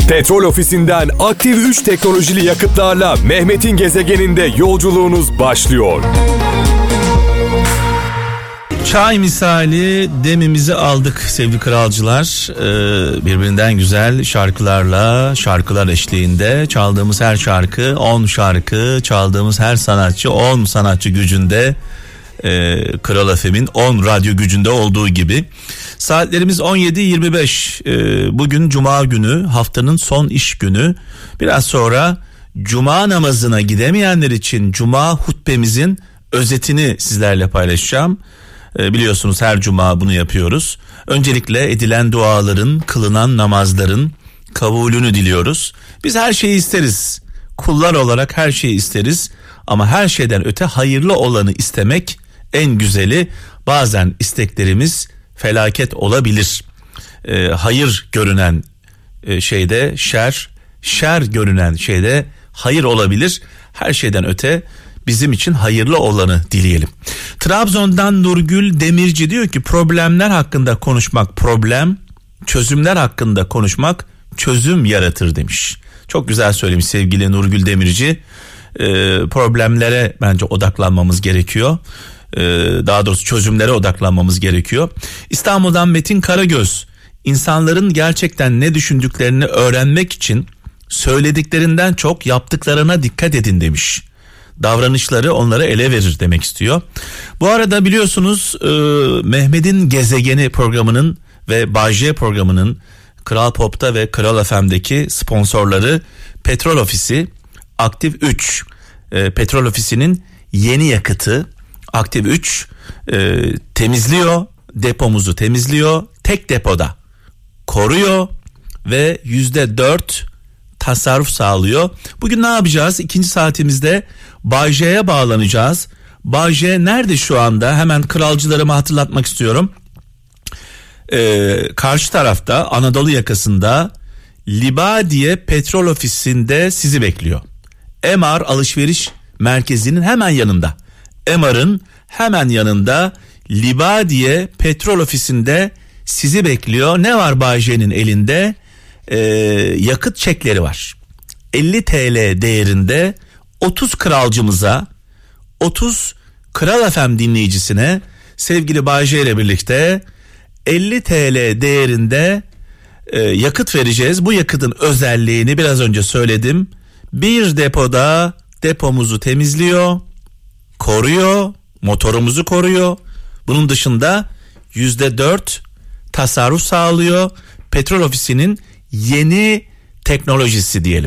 Petrol Ofisi'nden Aktif 3 teknolojili yakıtlarla Mehmet'in gezegeninde yolculuğunuz başlıyor. Çay misali demimizi aldık sevgili kralcılar. Birbirinden güzel şarkılarla, şarkılar eşliğinde çaldığımız her şarkı 10 şarkı, çaldığımız her sanatçı 10 sanatçı gücünde. Kral FM'in 10 radyo gücünde olduğu gibi. Saatlerimiz 17.25. Bugün Cuma günü, haftanın son iş günü. Biraz sonra Cuma namazına gidemeyenler için Cuma hutbemizin özetini sizlerle paylaşacağım. Biliyorsunuz her Cuma bunu yapıyoruz. Öncelikle edilen duaların, kılınan namazların kabulünü diliyoruz. Biz her şeyi isteriz. Kullar olarak her şeyi isteriz. Ama her şeyden öte hayırlı olanı istemek en güzeli. Bazen isteklerimiz felaket olabilir. Hayır görünen şeyde şer, şer görünen şeyde hayır olabilir. Her şeyden öte bizim için hayırlı olanı dileyelim. Trabzon'dan Nurgül Demirci diyor ki problemler hakkında konuşmak problem, çözümler hakkında konuşmak çözüm yaratır demiş. Çok güzel söylemiş sevgili Nurgül Demirci. Problemlere bence odaklanmamız gerekiyor. Daha doğrusu çözümlere odaklanmamız gerekiyor. İstanbul'dan Metin Karagöz, insanların gerçekten ne düşündüklerini öğrenmek için söylediklerinden çok yaptıklarına dikkat edin demiş. Davranışları onları ele verir demek istiyor. Bu arada biliyorsunuz Mehmet'in Gezegeni programının ve Bay J programının Kral Pop'ta ve Kral FM'deki sponsorları Petrol Ofisi, Aktif 3. Petrol Ofisi'nin yeni yakıtı Aktif 3 temizliyor, depomuzu temizliyor, tek depoda koruyor ve %4 tasarruf sağlıyor. Bugün ne yapacağız? İkinci saatimizde Bay J'ye bağlanacağız. Bay J nerede şu anda? Hemen kralcılarıma hatırlatmak istiyorum. Karşı tarafta Anadolu yakasında Libadiye Petrol Ofisi'nde sizi bekliyor. MR alışveriş merkezinin hemen yanında. MR'ın hemen yanında Libadiye Petrol Ofisi'nde sizi bekliyor. Ne var Bay J'nin elinde? Yakıt çekleri var. 50 TL değerinde 30 kralcımıza, 30 Kral FM dinleyicisine sevgili Bay J ile birlikte 50 TL değerinde yakıt vereceğiz. Bu yakıtın özelliğini biraz önce söyledim. Bir depoda depomuzu temizliyor, koruyor, motorumuzu koruyor. Bunun dışında %4 tasarruf sağlıyor. Petrol Ofisi'nin yeni teknolojisi diyelim.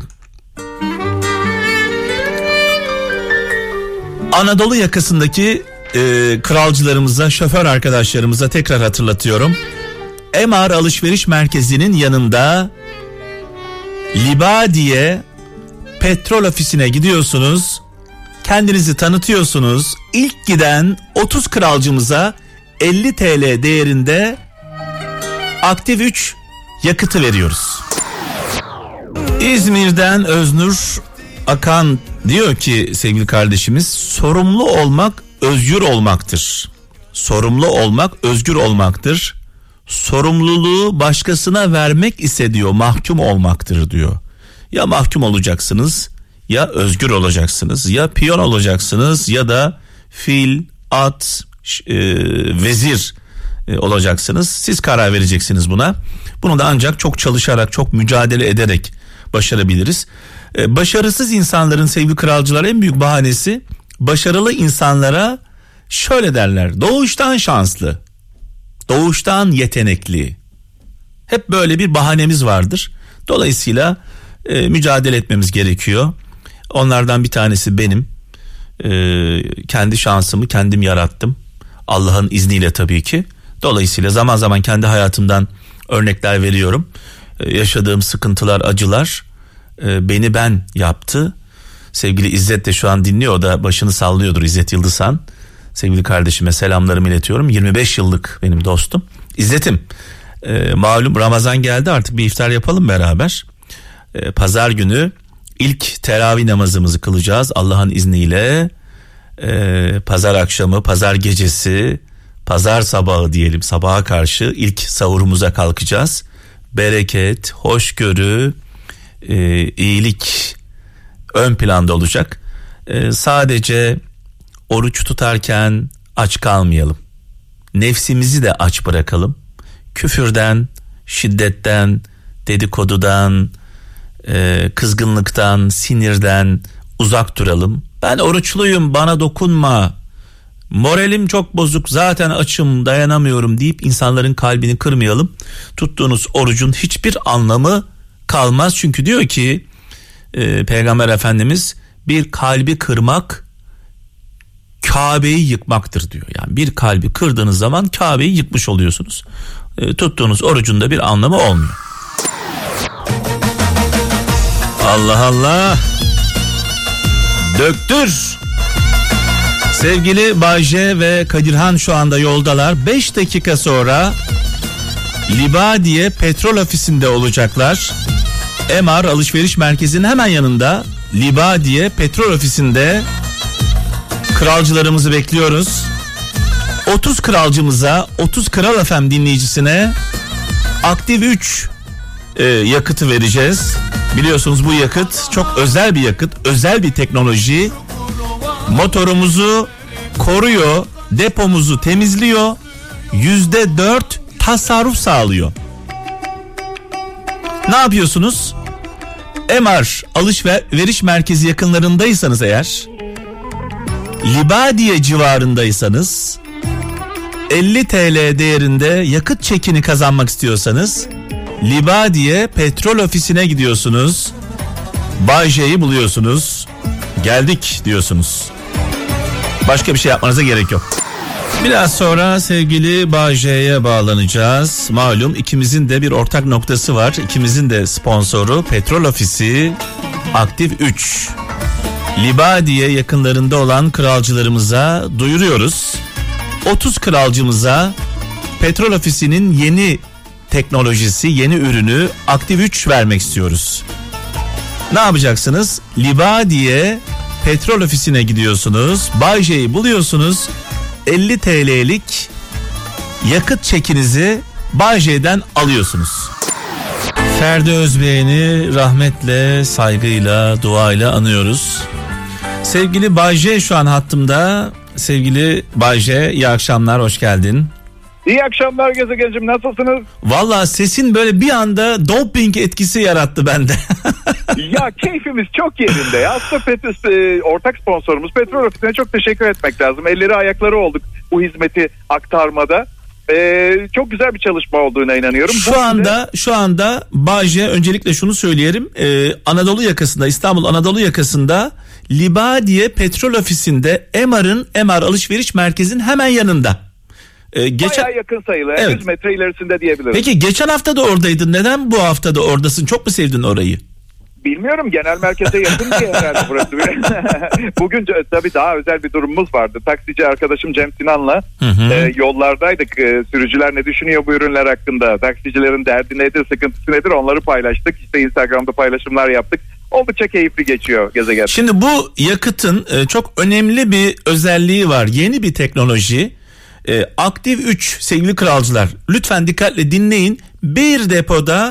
Anadolu yakasındaki kralcılarımıza, şoför arkadaşlarımıza tekrar hatırlatıyorum. MR alışveriş merkezinin yanında Libadiye Petrol Ofisi'ne gidiyorsunuz. Kendinizi tanıtıyorsunuz. İlk giden 30 kralcımıza 50 TL değerinde Aktif 3 yakıtı veriyoruz. İzmir'den Öznur Akan diyor ki sevgili kardeşimiz, sorumlu olmak özgür olmaktır. Sorumlu olmak özgür olmaktır. Sorumluluğu başkasına vermek ise diyor mahkum olmaktır diyor. Ya mahkum olacaksınız, ya özgür olacaksınız, ya piyon olacaksınız, ya da fil, at, vezir olacaksınız. Siz karar vereceksiniz buna. Bunu da ancak çok çalışarak, çok mücadele ederek başarabiliriz. Başarısız insanların sevgili kralcılar en büyük bahanesi, başarılı insanlara şöyle derler: doğuştan şanslı, doğuştan yetenekli. Hep böyle bir bahanemiz vardır. Dolayısıyla mücadele etmemiz gerekiyor. Onlardan bir tanesi benim. Kendi şansımı kendim yarattım. Allah'ın izniyle tabii ki. Dolayısıyla zaman zaman kendi hayatımdan örnekler veriyorum. Yaşadığım sıkıntılar, acılar beni ben yaptı. Sevgili İzzet de şu an dinliyor, o da başını sallıyordur, İzzet Yıldızhan. Sevgili kardeşime selamlarımı iletiyorum. 25 yıllık benim dostum. İzzet'im, malum Ramazan geldi, artık bir iftar yapalım beraber. Pazar günü ilk teravih namazımızı kılacağız Allah'ın izniyle. Pazar akşamı, pazar gecesi, pazar sabahı diyelim, sabaha karşı ilk sahurumuza kalkacağız. Bereket, hoşgörü, iyilik ön planda olacak. Sadece oruç tutarken aç kalmayalım. Nefsimizi de aç bırakalım. Küfürden, şiddetten, dedikodudan, kızgınlıktan, sinirden uzak duralım. Ben oruçluyum, bana dokunma, moralim çok bozuk, zaten açım, dayanamıyorum deyip insanların kalbini kırmayalım. Tuttuğunuz orucun hiçbir anlamı kalmaz. Çünkü diyor ki Peygamber Efendimiz, bir kalbi kırmak Kabe'yi yıkmaktır diyor. Yani bir kalbi kırdığınız zaman Kabe'yi yıkmış oluyorsunuz. Tuttuğunuz orucun da bir anlamı olmuyor. Allah Allah. Döktür. Sevgili Bayce ve Kadirhan şu anda yoldalar. 5 dakika sonra Libadiye petrol ofisinde olacaklar. MR alışveriş merkezinin hemen yanında Libadiye petrol ofisinde kralcılarımızı bekliyoruz. 30 kralcımıza, 30 Kral FM dinleyicisine Aktif 3 yakıtı vereceğiz. Biliyorsunuz bu yakıt çok özel bir yakıt, özel bir teknoloji. Motorumuzu koruyor, depomuzu temizliyor, %4 tasarruf sağlıyor. Ne yapıyorsunuz? MR alışveriş merkezi yakınlarındaysanız eğer, Libadiye civarındaysanız, 50 TL değerinde yakıt çekini kazanmak istiyorsanız Libadiye petrol ofisine gidiyorsunuz. Bayce'yi buluyorsunuz. Geldik diyorsunuz. Başka bir şey yapmanıza gerek yok. Biraz sonra sevgili Bayce'ye bağlanacağız. Malum ikimizin de bir ortak noktası var. İkimizin de sponsoru petrol ofisi Aktif 3. Libadiye yakınlarında olan kralcılarımıza duyuruyoruz. 30 kralcımıza petrol ofisinin yeni teknolojisi, yeni ürünü Aktif 3 vermek istiyoruz. Ne yapacaksınız? Libadiye petrol ofisine gidiyorsunuz. Bayce'yi buluyorsunuz. 50 TL'lik yakıt çekinizi Bayce'den alıyorsunuz. Ferdi Özbey'ini rahmetle, saygıyla, duayla anıyoruz. Sevgili Bayce şu an hattımda. Sevgili Bayce, iyi akşamlar, hoş geldin. İyi akşamlar Gezegencim, nasılsınız? Vallahi sesin böyle bir anda doping etkisi yarattı bende. Ya keyfimiz çok yerinde ya. Aslında ortak sponsorumuz Petrol Ofisi'ne çok teşekkür etmek lazım. Elleri ayakları olduk bu hizmeti aktarmada. Çok güzel bir çalışma olduğuna inanıyorum. Şu anda Bayce, öncelikle şunu söyleyelim. Anadolu yakasında, İstanbul Anadolu yakasında Libadiye petrol ofisinde MR alışveriş merkezinin hemen yanında. Bayağı yakın sayılı. Evet. 100 metre ilerisinde diyebiliriz. Peki geçen hafta da oradaydın. Neden bu hafta da oradasın? Çok mu sevdin orayı? Bilmiyorum, genel merkeze yakın diye herhalde burası. Bugün tabii daha özel bir durumumuz vardı. Taksici arkadaşım Cem Sinan'la yollardaydık. Sürücüler ne düşünüyor bu ürünler hakkında? Taksicilerin derdi nedir, sıkıntısı nedir? Onları paylaştık. İşte Instagram'da paylaşımlar yaptık. Oldukça keyifli geçiyor gezegen. Şimdi bu yakıtın çok önemli bir özelliği var. Yeni bir teknoloji. Aktif 3 sevgili kralcılar, lütfen dikkatle dinleyin. Bir depoda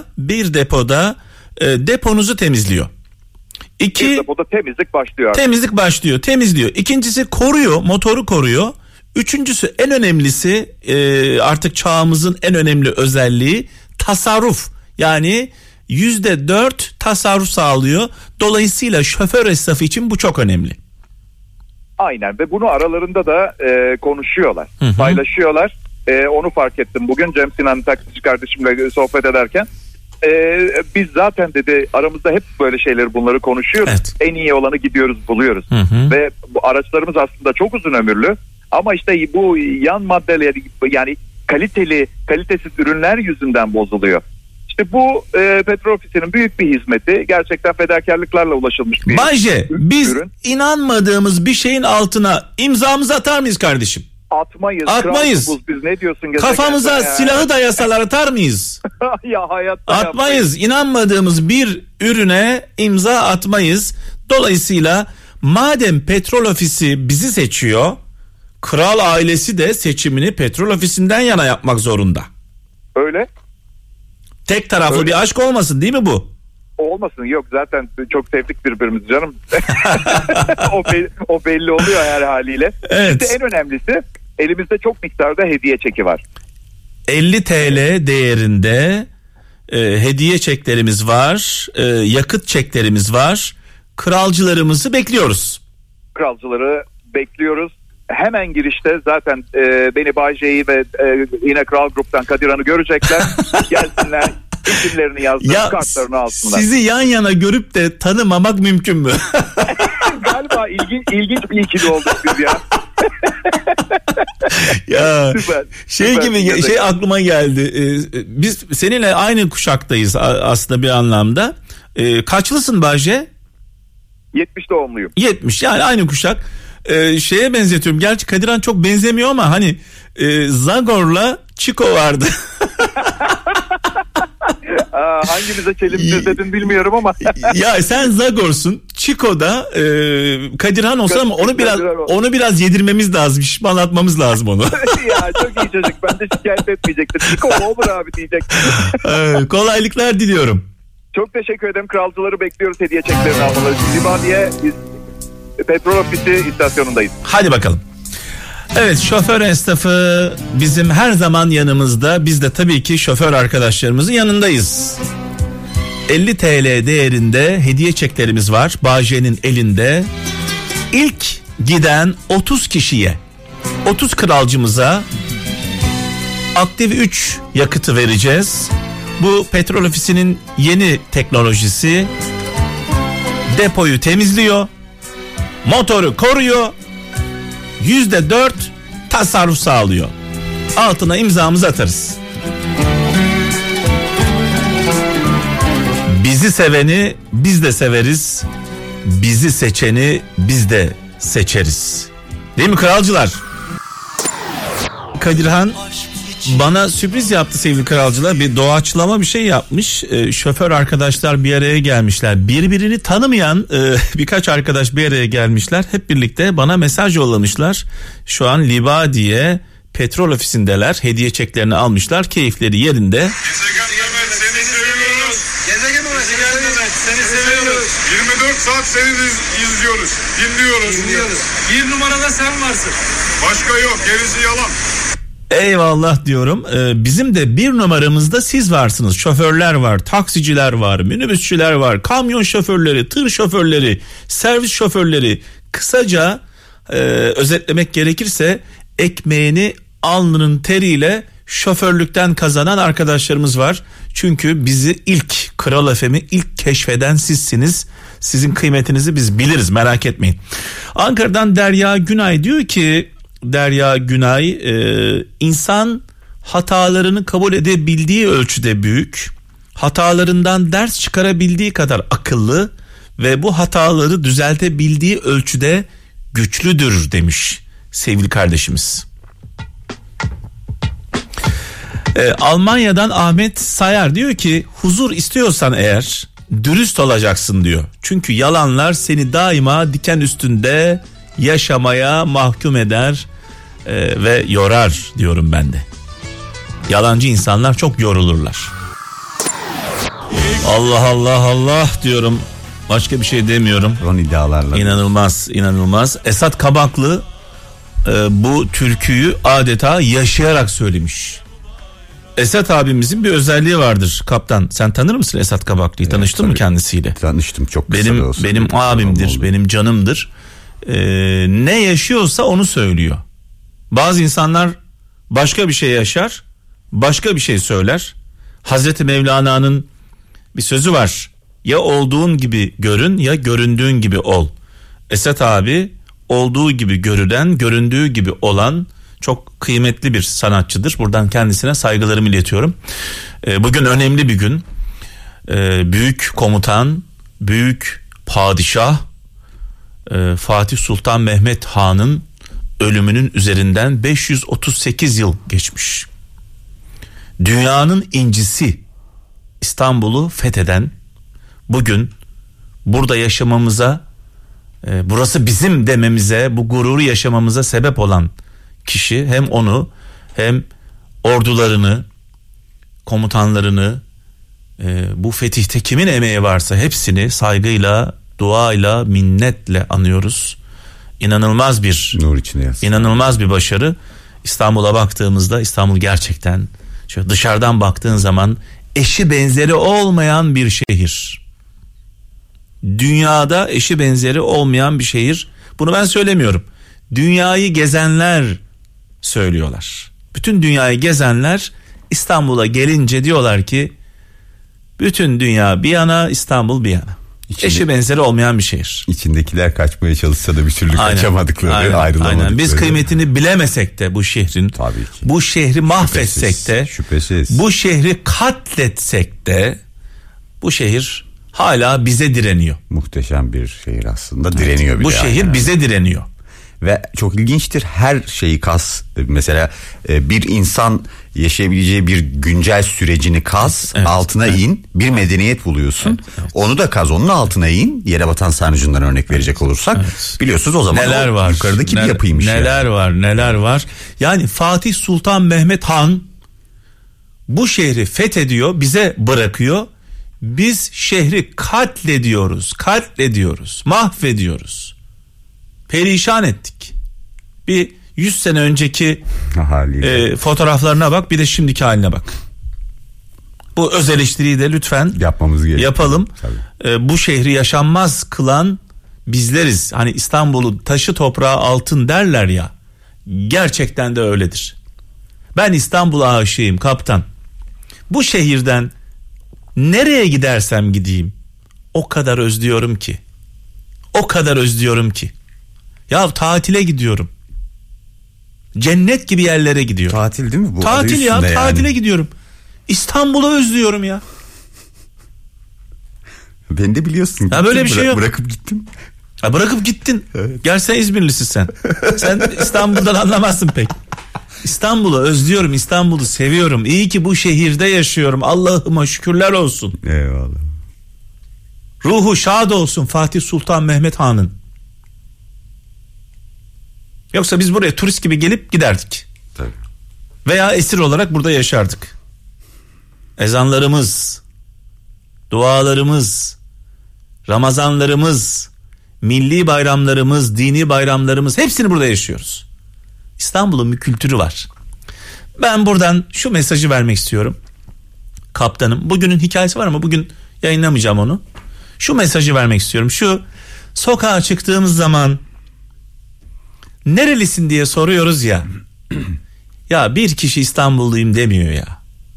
deponuzu temizliyor. Bir depoda temizlik başlıyor. Temizliyor. İkincisi koruyor, motoru koruyor. Üçüncüsü, en önemlisi, artık çağımızın en önemli özelliği tasarruf. Yani %4 tasarruf sağlıyor. Dolayısıyla şoför esnafı için bu çok önemli. Aynen, ve bunu aralarında da konuşuyorlar, paylaşıyorlar. Onu fark ettim bugün Cem Sinan taksici kardeşimle sohbet ederken. Biz zaten dedi aramızda hep böyle şeyleri, bunları konuşuyoruz. Evet. En iyi olanı gidiyoruz, buluyoruz. Ve bu araçlarımız aslında çok uzun ömürlü. Ama işte bu yan maddeleri, yani kalitesiz ürünler yüzünden bozuluyor. İşte bu petrol ofisinin büyük bir hizmeti, gerçekten fedakarlıklarla ulaşılmış bir Bayce, biz ürün. İnanmadığımız bir şeyin altına imzamızı atar mıyız kardeşim? Atmayız. Biz ne diyorsun? Kafamıza silahı dayasalar atar mıyız? Ya hayatta atmayız. İnanmadığımız bir ürüne imza atmayız. Dolayısıyla madem petrol ofisi bizi seçiyor, kral ailesi de seçimini petrol ofisinden yana yapmak zorunda. Öyle. Tek taraflı bir aşk olmasın, değil mi bu? Olmasın, yok zaten çok sevdik birbirimizi canım. o belli oluyor her haliyle. Evet. Şimdi en önemlisi, elimizde çok miktarda hediye çeki var. 50 TL değerinde hediye çeklerimiz var, yakıt çeklerimiz var. Kralcılarımızı bekliyoruz. Kralcıları bekliyoruz. Hemen girişte zaten beni, Bay J'yi ve yine Kral Grup'tan Kadir Han'ı görecekler. Gelsinler, isimlerini yazdırsın, kartlarını alsınlar. Sizi yan yana görüp de tanımamak mümkün mü? Galiba ilginç bir ikili olduk biz ya. Ya süper. Şey aklıma geldi. Biz seninle aynı kuşaktayız aslında bir anlamda. Kaçlısın Bahçe? 70 doğumluyum. 70, yani aynı kuşak. Şeye benzetiyorum. Gerçi Kadirhan çok benzemiyor ama hani Zagor'la Chico vardı. Hangimize çelimsiz dedin bilmiyorum ama. Ya sen Zagor'sun, Chico da Kadirhan olsa ama onu biraz yedirmemiz lazım, şişmanlatmamız lazım onu. Ya çok iyi çocuk, ben de şikayet etmeyecektim. Chico ne olur abi diyecektim. Kolaylıklar diliyorum. Çok teşekkür ederim. Kralcıları bekliyoruz hediye çeklerini almaları için. Limaniye Petrol Ofisi istasyonundayız. Hadi bakalım. Evet, şoför esnafı bizim her zaman yanımızda. Biz de tabii ki şoför arkadaşlarımızın yanındayız. 50 TL değerinde hediye çeklerimiz var. Bağcay'ın elinde. İlk giden 30 kişiye, 30 kralcımıza Aktif 3 yakıtı vereceğiz. Bu Petrol Ofisi'nin yeni teknolojisi. Depoyu temizliyor, motoru koruyor, %4 tasarruf sağlıyor. Altına imzamızı atarız. Bizi seveni biz de severiz. Bizi seçeni biz de seçeriz. Değil mi kralcılar? Kadirhan bana sürpriz yaptı sevgili kralcılar. Bir doğaçlama bir şey yapmış. Şoför arkadaşlar bir araya gelmişler. Birbirini tanımayan birkaç arkadaş bir araya gelmişler. Hep birlikte bana mesaj yollamışlar. Şu an Libadiye Petrol Ofisi'ndeler. Hediye çeklerini almışlar. Keyifleri yerinde. Gezegen Mehmet, seni seviyoruz. Gezegen Mehmet, seni seviyoruz. 24 saat seni izliyoruz, dinliyoruz. Bir numarada sen varsın. Başka yok, gerisi yalan. Eyvallah diyorum. Bizim de bir numaramızda siz varsınız. Şoförler var, taksiciler var, minibüsçüler var, kamyon şoförleri, tır şoförleri, servis şoförleri. Kısaca özetlemek gerekirse ekmeğini alnının teriyle şoförlükten kazanan arkadaşlarımız var. Çünkü bizi ilk, Kral FM'i ilk keşfeden sizsiniz. Sizin kıymetinizi biz biliriz, merak etmeyin. Ankara'dan Derya Günay diyor ki, Derya Günay, insan hatalarını kabul edebildiği ölçüde büyük, hatalarından ders çıkarabildiği kadar akıllı ve bu hataları düzeltebildiği ölçüde güçlüdür demiş sevgili kardeşimiz. Almanya'dan Ahmet Sayar diyor ki, huzur istiyorsan eğer dürüst olacaksın diyor. Çünkü yalanlar seni daima diken üstünde yaşamaya mahkum eder ve yorar diyorum ben de. Yalancı insanlar çok yorulurlar. Allah Allah Allah diyorum. Başka bir şey demiyorum. Son iddialarla. İnanılmaz. Esat Kabaklı bu türküyü adeta yaşayarak söylemiş. Esat abimizin bir özelliği vardır kaptan. Sen tanır mısın Esat Kabaklı'yı? Tanıştın mı kendisiyle? Tanıştım, çok kısa da olsa. Benim abimdir, benim canımdır. Ne yaşıyorsa onu söylüyor. Bazı insanlar başka bir şey yaşar, başka bir şey söyler. Hazreti Mevlana'nın bir sözü var. Ya olduğun gibi görün, ya göründüğün gibi ol. Esat abi olduğu gibi görülen, göründüğü gibi olan çok kıymetli bir sanatçıdır. Buradan kendisine saygılarımı iletiyorum. Bugün önemli bir gün. Büyük komutan, büyük padişah Fatih Sultan Mehmet Han'ın ölümünün üzerinden 538 yıl geçmiş. Dünyanın incisi İstanbul'u fetheden, bugün burada yaşamamıza, burası bizim dememize, bu gururu yaşamamıza sebep olan kişi, hem onu hem ordularını, komutanlarını, Bu fetihte kimin emeği varsa hepsini saygıyla, duayla, minnetle anıyoruz. İnanılmaz bir nur içinde yatsın. İnanılmaz bir başarı. İstanbul'a baktığımızda İstanbul gerçekten şöyle dışarıdan baktığın zaman eşi benzeri olmayan bir şehir. Dünyada eşi benzeri olmayan bir şehir. Bunu ben söylemiyorum. Dünyayı gezenler söylüyorlar. Bütün dünyayı gezenler İstanbul'a gelince diyorlar ki bütün dünya bir yana, İstanbul bir yana. Eşi benzeri olmayan bir şehir. İçindekiler kaçmaya çalışsa da bir türlü kaçamadıkları, ayrılamadıkları. Aynen. Biz kıymetini bilemesek de bu şehrin, tabii ki. Bu şehri mahvetsek de, şüphesiz. Bu şehri katletsek de bu şehir hala bize direniyor. Muhteşem bir şehir aslında, direniyor bile. Bu şehir bize direniyor. Ve çok ilginçtir, her şeyi kaz. Mesela bir insan yaşayabileceği bir güncel sürecini kaz, altına in, bir medeniyet buluyorsun. Onu da kaz, onun altına in. Yerebatan Sarnıcı'ndan örnek verecek olursak biliyorsunuz o zaman neler var, yukarıdaki bir yapıymış. Neler var. Yani Fatih Sultan Mehmet Han bu şehri fethediyor, bize bırakıyor. Biz şehri katlediyoruz, mahvediyoruz. Perişan ettik. Bir 100 sene önceki fotoğraflarına bak, bir de şimdiki haline bak. Bu öz eleştiriyi de lütfen yapmamız gerekiyor. Yapalım. Bu şehri yaşanmaz kılan bizleriz. Hani İstanbul'u taşı toprağı altın derler ya. Gerçekten de öyledir. Ben İstanbul'a aşığım kaptan. Bu şehirden nereye gidersem gideyim o kadar özlüyorum ki. Ya tatile gidiyorum. Cennet gibi yerlere gidiyorum. Tatil değil mi bu? Tatil ya, tatile gidiyorum. İstanbul'u özlüyorum ya. Ben de biliyorsun. Ya böyle bir şey yok. Bırakıp gittim. Ha, bırakıp gittin. Evet. Gel sen İzmirlisin sen. Sen İstanbul'dan anlamazsın pek. İstanbul'u özlüyorum, İstanbul'u seviyorum. İyi ki bu şehirde yaşıyorum. Allah'ıma şükürler olsun. Eyvallah. Ruhu şad olsun Fatih Sultan Mehmet Han'ın. Yoksa biz buraya turist gibi gelip giderdik. Tabii. Veya esir olarak burada yaşardık. Ezanlarımız, dualarımız, Ramazanlarımız, milli bayramlarımız, dini bayramlarımız, hepsini burada yaşıyoruz. İstanbul'un bir kültürü var. Ben buradan şu mesajı vermek istiyorum. Kaptanım, bugünün hikayesi var ama bugün yayınlamayacağım onu. Şu mesajı vermek istiyorum. Şu sokağa çıktığımız zaman nerelisin diye soruyoruz ya. Ya bir kişi İstanbulluyum demiyor ya.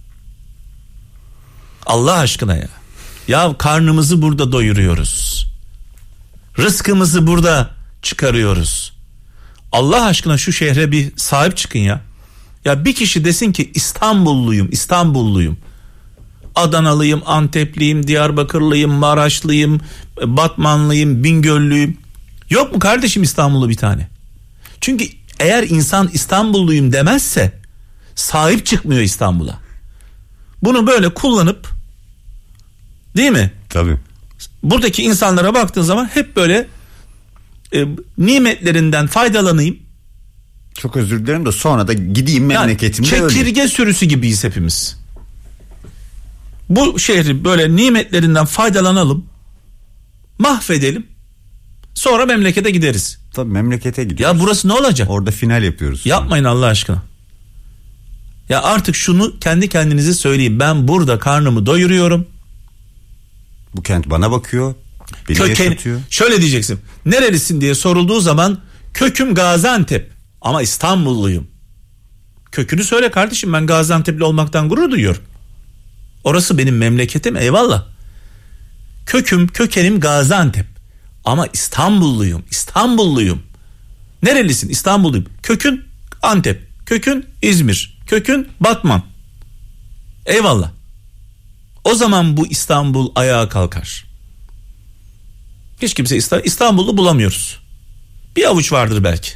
Allah aşkına ya. Ya karnımızı burada doyuruyoruz. Rızkımızı burada çıkarıyoruz. Allah aşkına şu şehre bir sahip çıkın ya. Ya bir kişi desin ki İstanbulluyum. Adanalıyım, Antepliyim, Diyarbakırlıyım, Maraşlıyım, Batmanlıyım, Bingöllüyüm. Yok mu kardeşim İstanbullu bir tane? Çünkü eğer insan İstanbulluyum demezse sahip çıkmıyor İstanbul'a. Bunu böyle kullanıp, değil mi? Tabii. Buradaki insanlara baktığın zaman hep böyle nimetlerinden faydalanayım. Çok özür dilerim de sonra da gideyim memleketimde yani çekirge sürüsü gibiyiz hepimiz. Bu şehri böyle nimetlerinden faydalanalım, mahvedelim, sonra memlekete gideriz. Tabii memlekete gidiyoruz. Ya burası ne olacak? Orada final yapıyoruz. Yapmayın Allah aşkına. Ya artık şunu kendi kendinize söyleyin. Ben burada karnımı doyuruyorum. Bu kent bana bakıyor. Beni yaşatıyor. Şöyle diyeceksin. Nerelisin diye sorulduğu zaman köküm Gaziantep ama İstanbulluyum. Kökünü söyle kardeşim, ben Gaziantep'li olmaktan gurur duyuyorum. Orası benim memleketim, eyvallah. Kökenim Gaziantep ama İstanbulluyum. Nerelisin? İstanbulluyum. Kökün Antep, kökün İzmir, kökün Batman. Eyvallah. O zaman bu İstanbul ayağa kalkar. Hiç kimse İstanbul'u bulamıyoruz. Bir avuç vardır belki.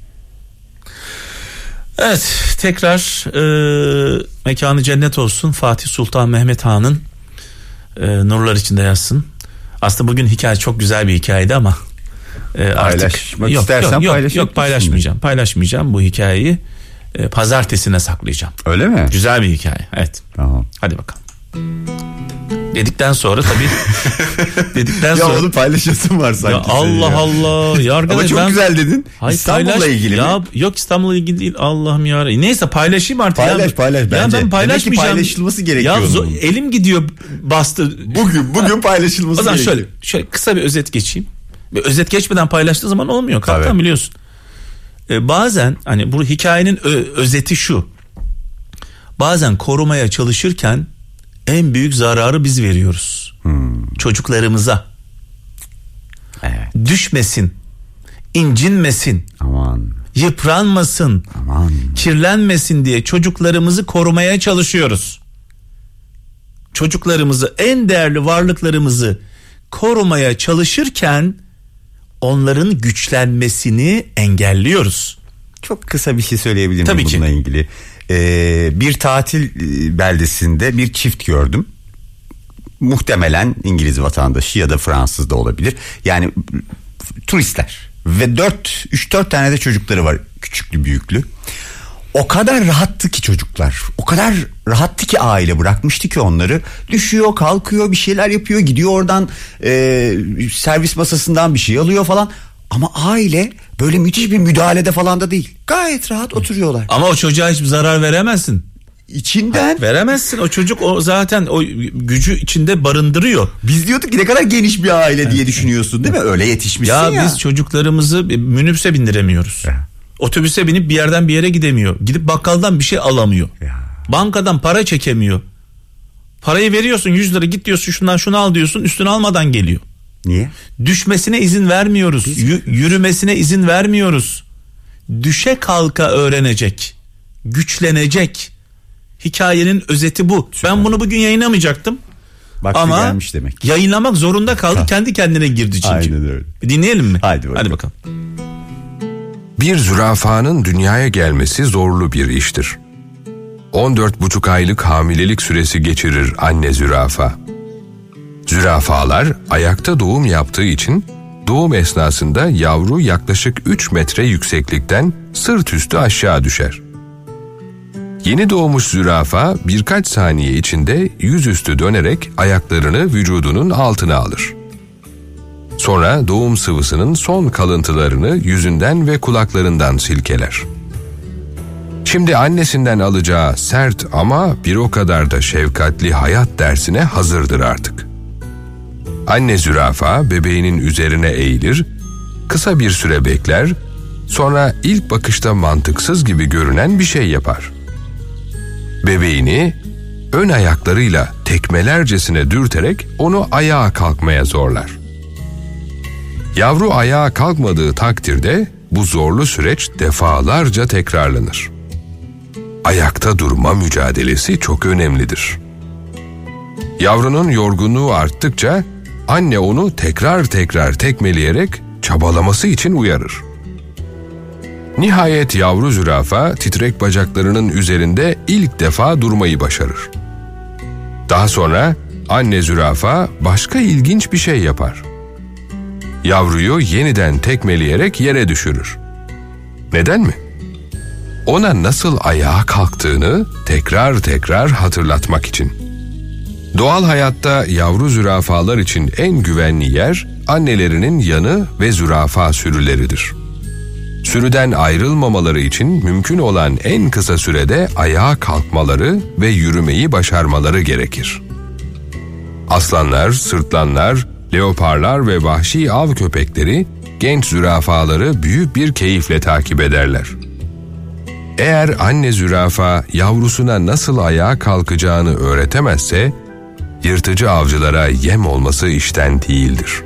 Evet, tekrar mekanı cennet olsun Fatih Sultan Mehmet Han'ın nurlar içinde yatsın. Aslında bugün hikaye çok güzel bir hikayeydi ama paylaşmak istersen paylaşmayacağım bu hikayeyi. Pazartesine saklayacağım. Öyle mi? Güzel bir hikaye. Evet. Tamam. Hadi bakalım. Dedikten sonra tabii dedikten sonra Ya onu paylaşasın var sanki. ya Allah ya. Allah ya arkadaş, Ama çok güzel dedin. Hayır, İstanbul'la ilgili ya, mi? yok İstanbul'la ilgili değil, Allah'ım ya. Neyse paylaşayım artık. Paylaş ya bence. ben paylaşmayacağım. Demek ki paylaşılması gerekiyor. Ya elim gidiyor bastı. Bugün paylaşılması O zaman gerekiyor. şöyle kısa bir özet geçeyim. Ve özet geçmeden paylaştığı zaman olmuyor. Kaptan biliyorsun. Bazen hani bu hikayenin özeti şu. Bazen korumaya çalışırken en büyük zararı biz veriyoruz. Çocuklarımıza. Evet. Düşmesin, incinmesin, Aman. yıpranmasın, Aman. kirlenmesin diye çocuklarımızı korumaya çalışıyoruz. Çocuklarımızı, en değerli varlıklarımızı korumaya çalışırken onların güçlenmesini engelliyoruz. Çok kısa bir şey söyleyebilir miyim Tabii ki. bununla ilgili? Bir tatil beldesinde bir çift gördüm. Muhtemelen İngiliz vatandaşı ya da Fransız da olabilir. Yani turistler ve 3-4 tane de çocukları var, küçüklü büyüklü. O kadar rahattı ki çocuklar. O kadar rahattı ki aile bırakmıştı ki onları. Düşüyor, kalkıyor, bir şeyler yapıyor, gidiyor oradan servis masasından bir şey alıyor falan. Ama aile böyle müthiş bir müdahalede falan da değil. Gayet rahat oturuyorlar. Ama o çocuğa hiçbir zarar veremezsin. İçinden Veremezsin. O çocuk o zaten o gücü içinde barındırıyor. biz diyorduk ki ne kadar geniş bir aile diye düşünüyorsun değil mi? Öyle yetişmişsin ya. Biz çocuklarımızı minibüse bindiremiyoruz. Otobüse binip bir yerden bir yere gidemiyor. Gidip bakkaldan bir şey alamıyor. Bankadan para çekemiyor. Parayı veriyorsun 100 lira, git diyorsun şundan şunu al diyorsun, üstüne almadan geliyor. Niye? Düşmesine izin vermiyoruz. Yürümesine izin vermiyoruz. Düşe kalka öğrenecek. Güçlenecek. Hikayenin özeti bu. Ben bunu bugün yayınlamayacaktım. Vakti Ama gelmiş demek. yayınlamak zorunda kaldı. Kendi kendine girdi çünkü. Aynen öyle. Bir dinleyelim mi? Haydi bakalım. Bir zürafanın dünyaya gelmesi zorlu bir iştir. 14,5 aylık hamilelik süresi geçirir anne zürafa. Zürafalar ayakta doğum yaptığı için doğum esnasında yavru yaklaşık 3 metre yükseklikten sırt üstü aşağı düşer. Yeni doğmuş zürafa birkaç saniye içinde yüzüstü dönerek ayaklarını vücudunun altına alır. Sonra doğum sıvısının son kalıntılarını yüzünden ve kulaklarından silkeler. Şimdi annesinden alacağı sert ama bir o kadar da şefkatli hayat dersine hazırdır artık. Anne zürafa bebeğinin üzerine eğilir, kısa bir süre bekler, sonra ilk bakışta mantıksız gibi görünen bir şey yapar. Bebeğini ön ayaklarıyla tekmelercesine dürterek onu ayağa kalkmaya zorlar. Yavru ayağa kalkmadığı takdirde bu zorlu süreç defalarca tekrarlanır. Ayakta durma mücadelesi çok önemlidir. Yavrunun yorgunluğu arttıkça anne onu tekrar tekmeleyerek çabalaması için uyarır. Nihayet yavru zürafa titrek bacaklarının üzerinde ilk defa durmayı başarır. Daha sonra anne zürafa başka ilginç bir şey yapar. Yavruyu yeniden tekmeleyerek yere düşürür. Neden mi? Ona nasıl ayağa kalktığını tekrar hatırlatmak için. Doğal hayatta yavru zürafalar için en güvenli yer annelerinin yanı ve zürafa sürüleridir. Sürüden ayrılmamaları için mümkün olan en kısa sürede ayağa kalkmaları ve yürümeyi başarmaları gerekir. Aslanlar, sırtlanlar, leoparlar ve vahşi av köpekleri genç zürafaları büyük bir keyifle takip ederler. Eğer anne zürafa yavrusuna nasıl ayağa kalkacağını öğretemezse, yırtıcı avcılara yem olması işten değildir.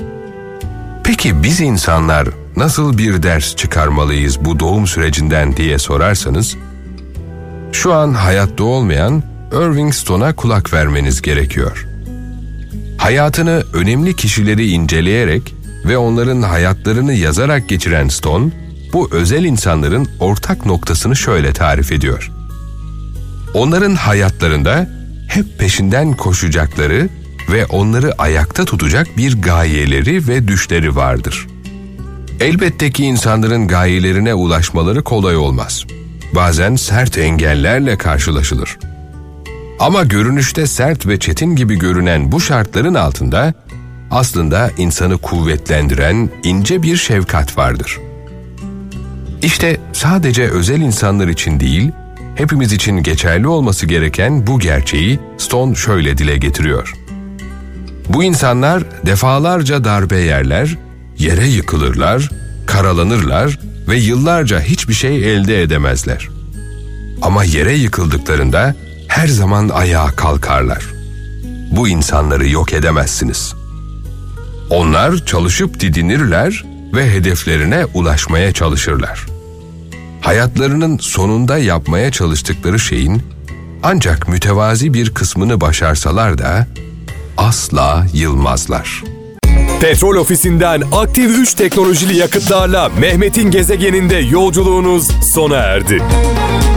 Peki biz insanlar nasıl bir ders çıkarmalıyız bu doğum sürecinden diye sorarsanız, şu an hayatta olmayan Irving Stone'a kulak vermeniz gerekiyor. Hayatını önemli kişileri inceleyerek ve onların hayatlarını yazarak geçiren Stone, bu özel insanların ortak noktasını şöyle tarif ediyor. Onların hayatlarında hep peşinden koşacakları ve onları ayakta tutacak bir gayeleri ve düşleri vardır. Elbette ki insanların gayelerine ulaşmaları kolay olmaz. Bazen sert engellerle karşılaşılır. Ama görünüşte sert ve çetin gibi görünen bu şartların altında aslında insanı kuvvetlendiren ince bir şefkat vardır. İşte sadece özel insanlar için değil, hepimiz için geçerli olması gereken bu gerçeği Stone şöyle dile getiriyor. Bu insanlar defalarca darbe yerler, yere yıkılırlar, karalanırlar ve yıllarca hiçbir şey elde edemezler. Ama yere yıkıldıklarında her zaman ayağa kalkarlar. Bu insanları yok edemezsiniz. Onlar çalışıp didinirler ve hedeflerine ulaşmaya çalışırlar. Hayatlarının sonunda yapmaya çalıştıkları şeyin ancak mütevazi bir kısmını başarsalar da asla yılmazlar. Petrol Ofisi'nden aktif 3 teknolojili yakıtlarla Mehmet'in gezegeninde yolculuğunuz sona erdi.